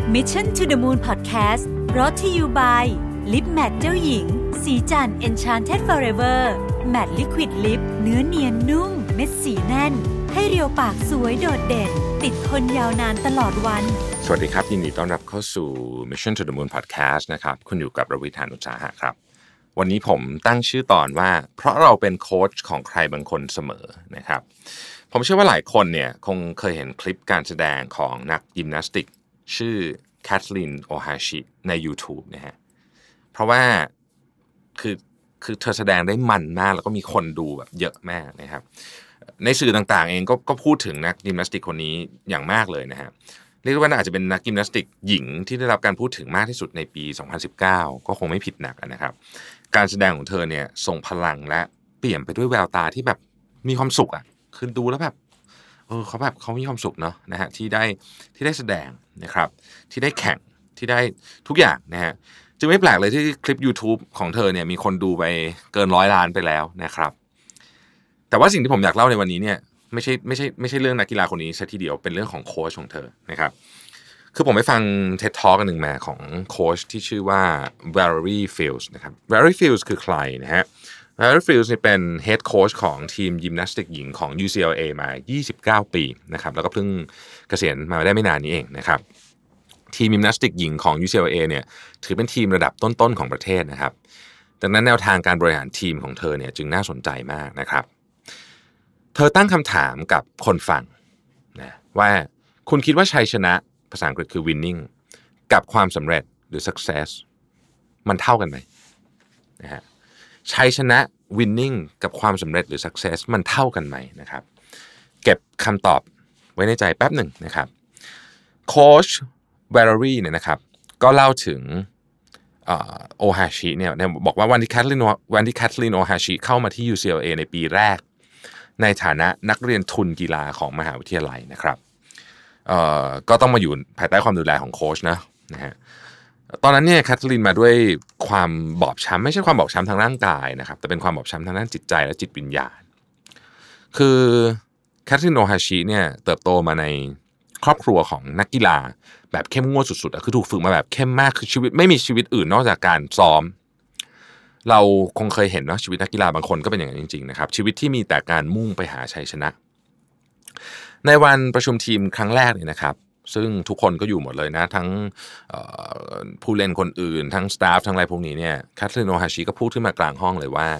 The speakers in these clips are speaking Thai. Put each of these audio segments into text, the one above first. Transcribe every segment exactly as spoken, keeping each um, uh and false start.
Mission to the Moon Podcast brought to you by Lip Matte เจ้าหญิงสีจัน Enchanted Forever Matte Liquid Lip เนื้อเนียนนุ่มเม็ดสีแน่นให้เรียวปากสวยโดดเด่นติดทนยาวนานตลอดวันสวัสดีครับยินดีต้อนรับเข้าสู่ Mission to the Moon Podcast นะครับคุณอยู่กับรวิธานอุตสาหะครับวันนี้ผมตั้งชื่อตอนว่าเพราะเราเป็นโค้ชของใครบางคนเสมอนะครับผมเชื่อว่าหลายคนเนี่ยคงเคยเห็นคลิปการแสดงของนักยิมนาสติกชื่อแคทลีนโอฮาชิใน YouTube นะฮะเพราะว่าคือคือเธอแสดงได้มันมากแล้วก็มีคนดูแบบเยอะมากนะครับในสื่อต่างๆเองก็ก็พูดถึงนักยิมนาสติกคนนี้อย่างมากเลยนะฮะเรียกว่าอาจจะเป็นนักยิมนาสติกหญิงที่ได้รับการพูดถึงมากที่สุดในปีสองพันสิบเก้าก็คงไม่ผิดนักนะครับการแสดงของเธอเนี่ยทรงพลังและเปลี่ยนไปด้วยแววตาที่แบบมีความสุขอ่ะคือดูแล้วแบบเออเขาแบบเขามีความสุขเนาะนะฮะที่ได้ที่ได้แสดงนะครับที่ได้แข่งที่ได้ทุกอย่างนะฮะจึงไม่แปลกเลยที่คลิป YouTube ของเธอเนี่ยมีคนดูไปเกินร้อยล้านไปแล้วนะครับแต่ว่าสิ่งที่ผมอยากเล่าในวันนี้เนี่ยไม่ใช่ไม่ใช่ไม่ใช่เรื่องนักกีฬาคนนี้ซะทีเดียวเป็นเรื่องของโค้ชของเธอนะครับคือผมไปฟัง TED Talk กันหนึ่งมาของโค้ชที่ชื่อว่า Valerie Fields นะครับ Valerie Fields คือใครนะฮะ Valerie Fields นี่เป็น Head Coach ของทีมยิมนาสติกหญิงของ ยู ซี แอล เอ มายี่สิบเก้าปีนะครับแล้วก็เพิ่งเกษียณมาได้ไม่นานนี้เองนะครับทีมยิมนาสติกหญิงของ ยู ซี แอล เอ เนี่ยถือเป็นทีมระดับต้นๆของประเทศนะครับดังนั้นแนวทางการบริหารทีมของเธอเนี่ยจึงน่าสนใจมากนะครับเธอตั้งคำถามกับคนฟังนะว่าคุณคิดว่าชัยชนะภาษาอังกฤษคือ winning กับความสำเร็จหรือ success มันเท่ากันไหมนะฮะชัยชนะ winning กับความสำเร็จหรือ success มันเท่ากันไหมนะครับเก็บคำตอบไว้ในใจแป๊บหนึ่งนะครับโค้ชวาเลรี่เนี่ยนะครับก็เล่าถึงโอฮาชิเนี่ยบอกว่าวันที่แคทลีนวันที่แคทลีนโอฮาชิเข้ามาที่ ยู ซี แอล เอ ในปีแรกในฐานะนักเรียนทุนกีฬาของมหาวิทยาลัยนะครับเอ่อก็ต้องมาอยู่ภายใต้ความดูแลของโค้ชนะนะฮะตอนนั้นเนี่ยแคทลีนมาด้วยความบอบช้ำไม่ใช่ความบอบช้ำทางร่างกายนะครับแต่เป็นความบอบช้ำทางด้านจิตใจและจิตวิญญาณคือแคทลีนโอฮาชิเนี่ยเติบโตมาในครอบครัวของนักกีฬาแบบเข้มงวดสุดๆคือถูกฝึกมาแบบเข้มมากคือชีวิตไม่มีชีวิตอื่นนอกจากการซ้อมเราคงเคยเห็นว่าชีวิตนักกีฬาบางคนก็เป็นอย่างนั้นจริงๆนะครับชีวิตที่มีแต่การมุ่งไปหาชัยชนะในวันประชุมทีมครั้งแรกเนี่ยนะครับซึ่งทุกคนก็อยู่หมดเลยนะทั้งผู้เล่นคนอื่นทั้งสตาฟทั้งอะไรพวกนี้เนี่ยแคทลีนโอฮาชิก็พูดขึ้นมากลางห้องเลยว่า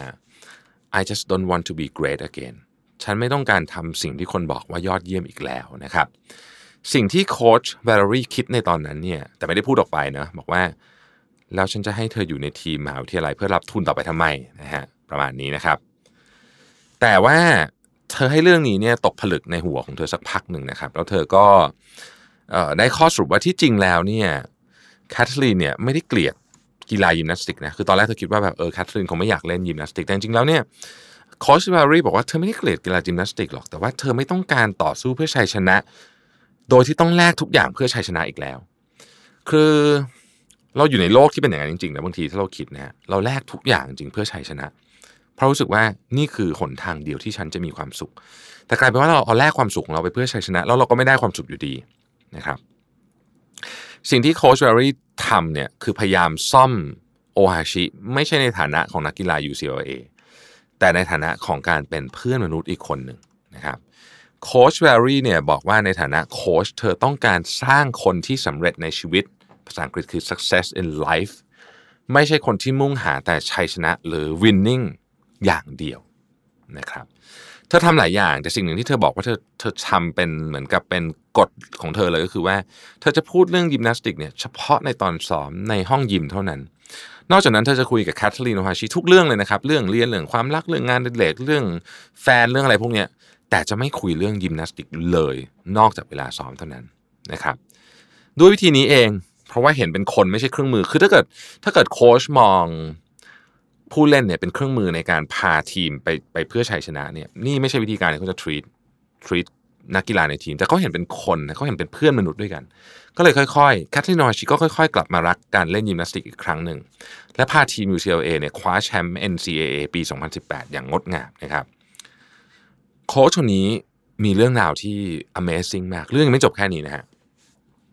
I just don't want to be great again ฉันไม่ต้องการทำสิ่งที่คนบอกว่ายอดเยี่ยมอีกแล้วนะครับสิ่งที่โค้ชวาเลรี่คิดในตอนนั้นเนี่ยแต่ไม่ได้พูดออกไปนะบอกว่าแล้วฉันจะให้เธออยู่ในทีมมหาวิทยาลัยเพื่อรับทุนต่อไปทำไมนะฮะประมาณนี้นะครับแต่ว่าเธอให้เรื่องนี้เนี่ยตกผลึกในหัวของเธอสักพักหนึ่งนะครับแล้วเธอก็ได้ข้อสรุปว่าที่จริงแล้วเนี่ยแคทลีนเนี่ยไม่ได้เกลียดกีฬายิมนาสติกนะคือตอนแรกเธอคิดว่าแบบเออแคทลีนคงไม่อยากเล่นยิมนาสติกแต่จริงๆแล้วเนี่ยโค้ชวาเลรี่บอกว่าเธอไม่ได้เกลียดกีฬายิมนาสติกหรอกแต่ว่าเธอไม่ต้องการต่อสู้เพื่อชัยชนะโดยที่ต้องแลกทุกอย่างเพื่อชัยชนะอีกแล้วคือเราอยู่ในโลกที่เป็นอย่างนั้นจริงๆนะบางทีถ้าเราคิดนะฮะเราแลกทุกอย่างจริงเพื่อชัยชนะเพราะรู้สึกว่านี่คือหนทางเดียวที่ฉันจะมีความสุขแต่กลายเป็นว่าเราเอาแลกความสุขของเราไปเพื่อชัยชนะแล้วเราก็ไม่ได้ความสุขอยู่ดีนะครับสิ่งที่โค้ชวาเลรี่ทำเนี่ยคือพยายามซ่อมโอฮาชิไม่ใช่ในฐานะของนักกีฬา ยู ซี แอล เอ แต่ในฐานะของการเป็นเพื่อนมนุษย์อีกคนหนึ่งนะครับโค้ชวาเลรี่เนี่ยบอกว่าในฐานะโค้ชเธอต้องการสร้างคนที่สำเร็จในชีวิตภาษาอังกฤษคือ success in life ไม่ใช่คนที่มุ่งหาแต่ชัยชนะหรือ winning อย่างเดียวนะครับเธอทำหลายอย่างแต่สิ่งหนึ่งที่เธอบอกว่าเธอเธอทำเป็นเหมือนกับเป็นกฎของเธอเลยก็คือว่าเธอจะพูดเรื่องยิมนาสติกเนี่ยเฉพาะในตอนซ้อมในห้องยิมเท่านั้นนอกจากนั้นเธอจะคุยกับแคทลีนโอฮาชิทุกเรื่องเลยนะครับเรื่องเรียนเรื่องความรักเรื่องงานอดิเรกเรื่องแฟนเรื่องอะไรพวกเนี้ยแต่จะไม่คุยเรื่องยิมนาสติกเลยนอกจากเวลาซ้อมเท่านั้นนะครับด้วยวิธีนี้เองเพราะว่าเห็นเป็นคนไม่ใช่เครื่องมือคือถ้าเกิดถ้าเกิดโค้ชมองผู้เล่นเนี่ยเป็นเครื่องมือในการพาทีมไปไปเพื่อชัยชนะเนี่ยนี่ไม่ใช่วิธีการที่เขาจะ treat treat นักกีฬาในทีมแต่เขาเห็นเป็นคนเขาเห็นเป็นเพื่อนมนุษย์ด้วยกันก็เลยค่อยๆแคทลีนโอฮาชิก็ค่อยๆกลับมารักการเล่นยิมนาสติกอีกครั้งหนึ่งและพาทีม ยู ซี แอล เอ เนี่ยคว้าแชมป์ เอ็น ซี เอ เอ ปีสองพันสิบแปดอย่างงดงามนะครับโค้ชคนนี้มีเรื่องราวที่ Amazing มากเรื่องยังไม่จบแค่นี้นะฮะ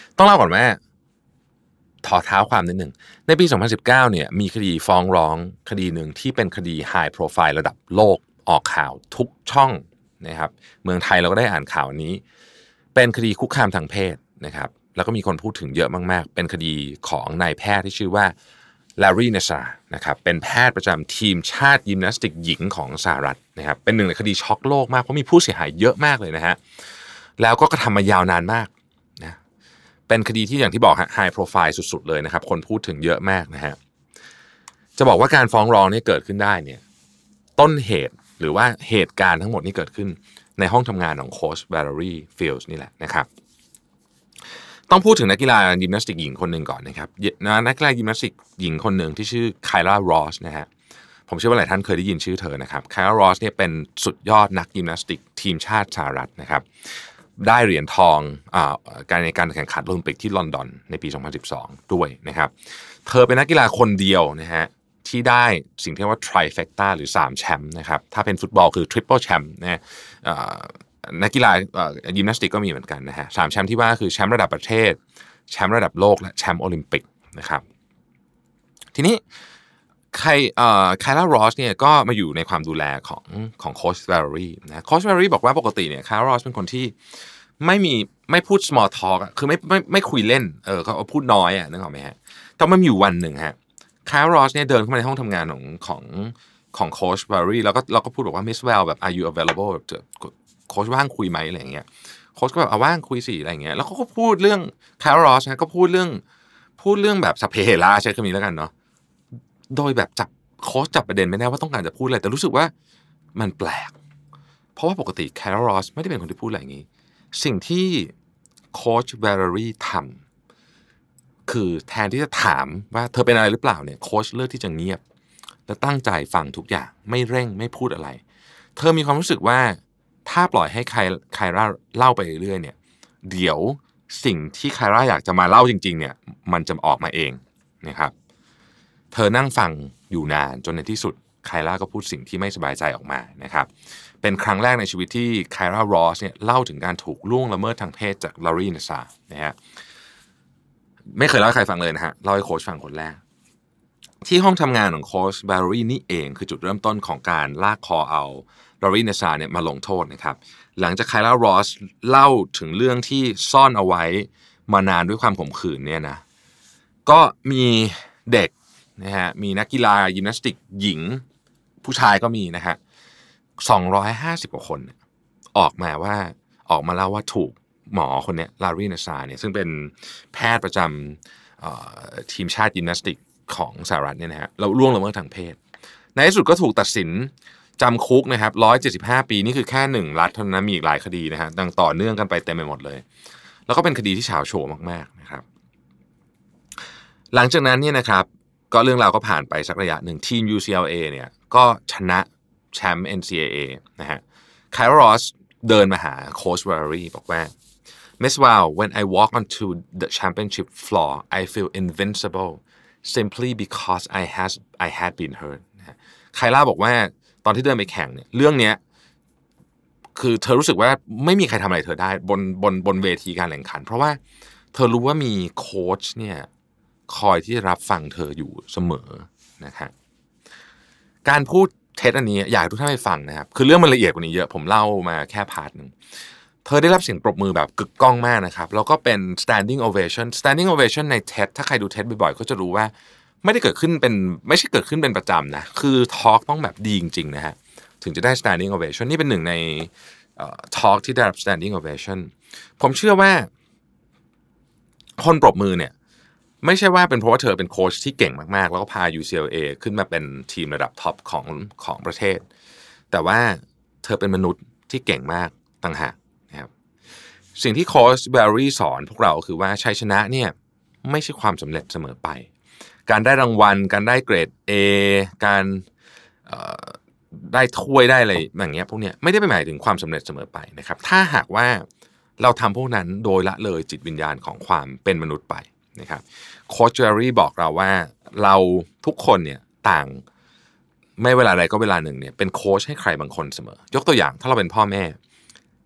ต้องเล่าก่อนว่าถอเท้าความนิดหนึ่งในปีสองพันสิบเก้าเนี่ยมีคดีฟ้องร้องคดีหนึ่งที่เป็นคดี high profile ระดับโลกออกข่าวทุกช่องนะครับเมืองไทยเราก็ได้อ่านข่าวนี้เป็นคดีคุกคามทางเพศนะครับแล้วก็มีคนพูดถึงเยอะมากๆเป็นคดีของนายแพทย์ที่ชื่อว่าลารีเนซาร์นะครับเป็นแพทย์ประจำทีมชาติยิมนาสติกหญิงของสหรัฐนะครับเป็นหนึ่งในคดีช็อกโลกมากเพราะมีผู้เสียหายเยอะมากเลยนะฮะแล้วก็กระทำมายาวนานมากนะเป็นคดีที่อย่างที่บอกฮะ high profile สุดๆเลยนะครับคนพูดถึงเยอะมากนะฮะจะบอกว่าการฟ้องร้องนี่เกิดขึ้นได้เนี่ยต้นเหตุหรือว่าเหตุการณ์ทั้งหมดนี้เกิดขึ้นในห้องทำงานของโค้ชแวลเลอรี่ฟิลส์นี่แหละนะครับต้องพูดถึงนักกีฬายิมนาสติกหญิงคนหนึ่งก่อนนะครับนักกีฬายิมนาสติกหญิงคนหนึ่งที่ชื่อไคล่ารอสนะฮะผมเชื่อว่าหลายท่านเคยได้ยินชื่อเธอนะครับไคล่ารอสเนี่ยเป็นสุดยอดนักยิมนาสติกทีมชาติสหรัฐนะครับได้เหรียญทองอ่าการในการแข่งขันโอลิมปิกที่ลอนดอนในปีสองพันสิบสองด้วยนะครับเธอเป็นนักกีฬาคนเดียวนะฮะที่ได้สิ่งที่เรียกว่า trifecta หรือสามแชมป์นะครับถ้าเป็นฟุตบอลคือ triple แชมป์นะนักกีฬายิมนาสติกก็มีเหมือนกันนะฮะสามแชมป์ที่ว่าคือแชมป์ระดับประเทศแชมป์ระดับโลกและแชมป์โอลิมปิกนะครับทีนี้ไคเอ่อไคล่ารอสเนี่ยก็มาอยู่ในความดูแลของของโค้ชแวลเลอรี่นะโค้ชแวลเลอรี่บอกว่าปกติเนี่ยไคล่ารอสเป็นคนที่ไม่มีไม่พูด small talk อ่ะคือไม่ไม่ไม่คุยเล่นเออเขาพูดน้อยอ่ะนึกออกไหมฮะแต่มันมีอยู่วันหนึ่งฮะไคล่ารอสเนี่ยเดินเข้ามาในห้องทำงานของของของโค้ชแวลเลอรี่แล้วก็เราก็พูดบอกว่ามิสแวลแบบ are you available แบบโค้ชว่างคุยไหมอะไรอย่างเงี้ยโค้ชก็แบบเอาว่างคุยสิอะไรอย่างเงี้ยแล้วเขาก็พูดเรื่องไคล่ารอสนะก็พูดเรื่องพูดเรื่องแบบสัพเพเหระใช้คำนี้แล้วกันเนาะโดยแบบจับโค้ชจับประเด็นไม่ได้ว่าต้องการจะพูดอะไรแต่รู้สึกว่ามันแปลกเพราะว่าปกติไคล่ารอสไม่ได้เป็นคนที่พูดอะไรอย่างงี้สิ่งที่โค้ชแวลเลอรี่ทำคือแทนที่จะถามว่าเธอเป็นอะไรหรือเปล่าเนี่ยโค้ชเลือกที่จะเงียบและตั้งใจฟังทุกอย่างไม่เร่งไม่พูดอะไรเธอมีความรู้สึกว่าถ้าปล่อยให้ใครไคล่าเล่าไปเรื่อยๆเนี่ยเดี๋ยวสิ่งที่ไคล่าอยากจะมาเล่าจริงๆเนี่ยมันจะออกมาเองนะครับเธอนั่งฟังอยู่นานจนในที่สุดไคล่าก็พูดสิ่งที่ไม่สบายใจออกมานะครับเป็นครั้งแรกในชีวิตที่ไคล่ารอสเนี่ยเล่าถึงการถูกล่วงละเมิดทางเพศจากลารีเนซาร์นะฮะไม่เคยเล่าให้ใครฟังเลยนะฮะเล่าให้โค้ชฟังคนแรกที่ห้องทำงานของโค้ชแวลเลอรี่นี่เองคือจุดเริ่มต้นของการลากคอเอาลารีเนซาร์เนี่ยมาลงโทษนะครับหลังจากไคล่ารอสเล่าถึงเรื่องที่ซ่อนเอาไว้มานานด้วยความขมขื่นเนี่ยนะก็มีเด็กนะฮะมีนักกีฬายิมนาสติกหญิงผู้ชายก็มีนะฮะสองร้อยห้าสิบกว่าคนออกมาว่าออกมาเล่าว่าถูกหมอคนนี้ลารีเนซาร์เนี่ยซึ่งเป็นแพทย์ประจำทีมชาติยิมนาสติกของสหรัฐเนี่ยนะฮะแล้วล่วงละเมิดทางเพศในที่สุดก็ถูกตัดสินจำคุกนะครับหนึ่งร้อยเจ็ดสิบห้าปีนี่คือแค่หนึ่งรัฐเท่านั้นมีอีกหลายคดีนะฮะดังต่อเนื่องกันไปเต็มไปหมดเลยแล้วก็เป็นคดีที่เฉาโชว์มากๆนะครับหลังจากนั้นเนี่ยนะครับก็เรื่องราวก็ผ่านไปสักระยะหนึ่งทีม ยู ซี แอล เอ เนี่ยก็ชนะแชมป์ เอ็น ซี เอ เอ นะฮะไคล่ารอสเดินมาหาโค้ชแวลเลอรี่บอกว่า Miss Val when I walk onto the championship floor I feel invincible simply because I has I had been hurt นะฮะไคล่าบอกว่าตอนที่เดินไปแข่งเนี่ยเรื่องเนี้ยคือเธอรู้สึกว่าไม่มีใครทำอะไรเธอได้บนบนบนเวทีการแข่งขันเพราะว่าเธอรู้ว่ามีโค้ชเนี่ยคอยที่จะรับฟังเธออยู่เสมอนะครับการพูดเท็จอันนี้อยากให้ทุกท่านไปฟังนะครับคือเรื่องมันละเอียดกว่านี้เยอะผมเล่ามาแค่พาร์ทนึงเธอได้รับเสียงปรบมือแบบกึกก้องมากนะครับแล้วก็เป็น standing ovation standing ovation ใน ที อี ดี ถ้าใครดู ที อี ดี บ่อยๆก็จะรู้ว่าไม่ได้เกิดขึ้นเป็นไม่ใช่เกิดขึ้นเป็นประจำนะคือทอล์กต้องแบบดีจริงๆนะฮะถึงจะได้ standing ovation นี่เป็นหนึ่งในทอล์กที่ได้รับ standing ovation ผมเชื่อว่าคนปรบมือเนี่ยไม่ใช่ว่าเป็นเพราะว่าเธอเป็นโค้ชที่เก่งมากๆแล้วก็พา ยู ซี แอล เอ ขึ้นมาเป็นทีมระดับท็อปของของประเทศแต่ว่าเธอเป็นมนุษย์ที่เก่งมากต่างหากนะครับสิ่งที่โค้ชแวลเลอรี่สอนพวกเราคือว่าชัยชนะเนี่ยไม่ใช่ความสำเร็จเสมอไปการได้รางวัลการได้เกรด A การได้ถ้วยได้อะไรอย่างเงี้ยพวกเนี้ยไม่ได้ไปหมายถึงความสำเร็จเสมอไปนะครับถ้าหากว่าเราทำพวกนั้นโดยละเลยจิตวิญญาณของความเป็นมนุษย์ไปนะครับโค้ชแวลเลอรี่บอกเราว่าเราทุกคนเนี่ยต่างไม่เวลาใดก็เวลาหนึ่งเนี่ยเป็นโค้ชให้ใครบางคนเสมอยกตัวอย่างถ้าเราเป็นพ่อแม่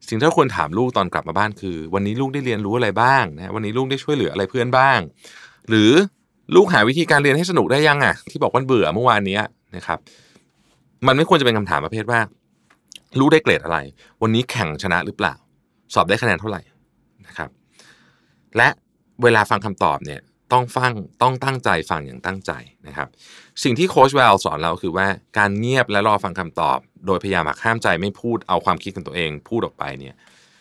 สิ่งที่เราควรถามลูกตอนกลับมาบ้านคือวันนี้ลูกได้เรียนรู้อะไรบ้างนะวันนี้ลูกได้ช่วยเหลืออะไรเพื่อนบ้างหรือลูกหาวิธีการเรียนให้สนุกได้ยังอ่ะที่บอกว่าเบื่อเมื่อวานนี้นะครับมันไม่ควรจะเป็นคำถามประเภทว่าลูกได้เกรดอะไรวันนี้แข่งชนะหรือเปล่าสอบได้คะแนนเท่าไหร่นะครับและเวลาฟังคำตอบเนี่ยต้องฟังต้องตั้งใจฟังอย่างตั้งใจนะครับสิ่งที่โค้ชแวลสอนเราคือว่าการเงียบและรอฟังคำตอบโดยพยายามหักห้ามใจไม่พูดเอาความคิดของตัวเองพูดออกไปเนี่ย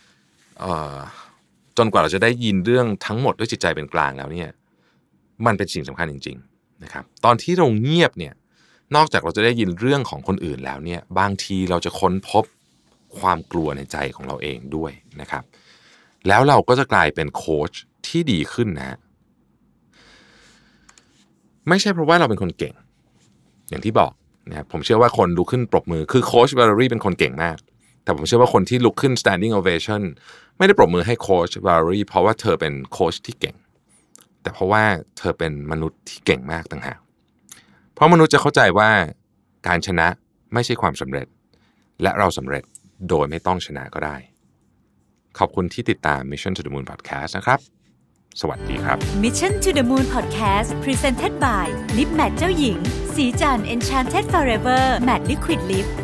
จนกว่าเราจะได้ยินเรื่องทั้งหมดด้วยจิตใจเป็นกลางแล้วเนี่ยมันเป็นสิ่งสำคัญจริงๆนะครับตอนที่เราเงียบเนี่ยนอกจากเราจะได้ยินเรื่องของคนอื่นแล้วเนี่ยบางทีเราจะค้นพบความกลัวในใจของเราเองด้วยนะครับแล้วเราก็จะกลายเป็นโค้ชที่ดีขึ้นนะไม่ใช่เพราะว่าเราเป็นคนเก่งอย่างที่บอกนะครับผมเชื่อว่าคนลุกขึ้นปรบมือคือโค้ชวาเลอรี่เป็นคนเก่งมากแต่ผมเชื่อว่าคนที่ลุกขึ้น standing ovation ไม่ได้ปรบมือให้โค้ชวาเลอรี่เพราะว่าเธอเป็นโค้ชที่เก่งแต่เพราะว่าเธอเป็นมนุษย์ที่เก่งมากต่างหากเพราะมนุษย์จะเข้าใจว่าการชนะไม่ใช่ความสำเร็จและเราสำเร็จโดยไม่ต้องชนะก็ได้ขอบคุณที่ติดตาม Mission to the Moon Podcast นะครับสวัสดีครับ Mission to the Moon Podcast Presented by Lip Matte เจ้าหญิงสีจัน Enchanted Forever Matte Liquid Lip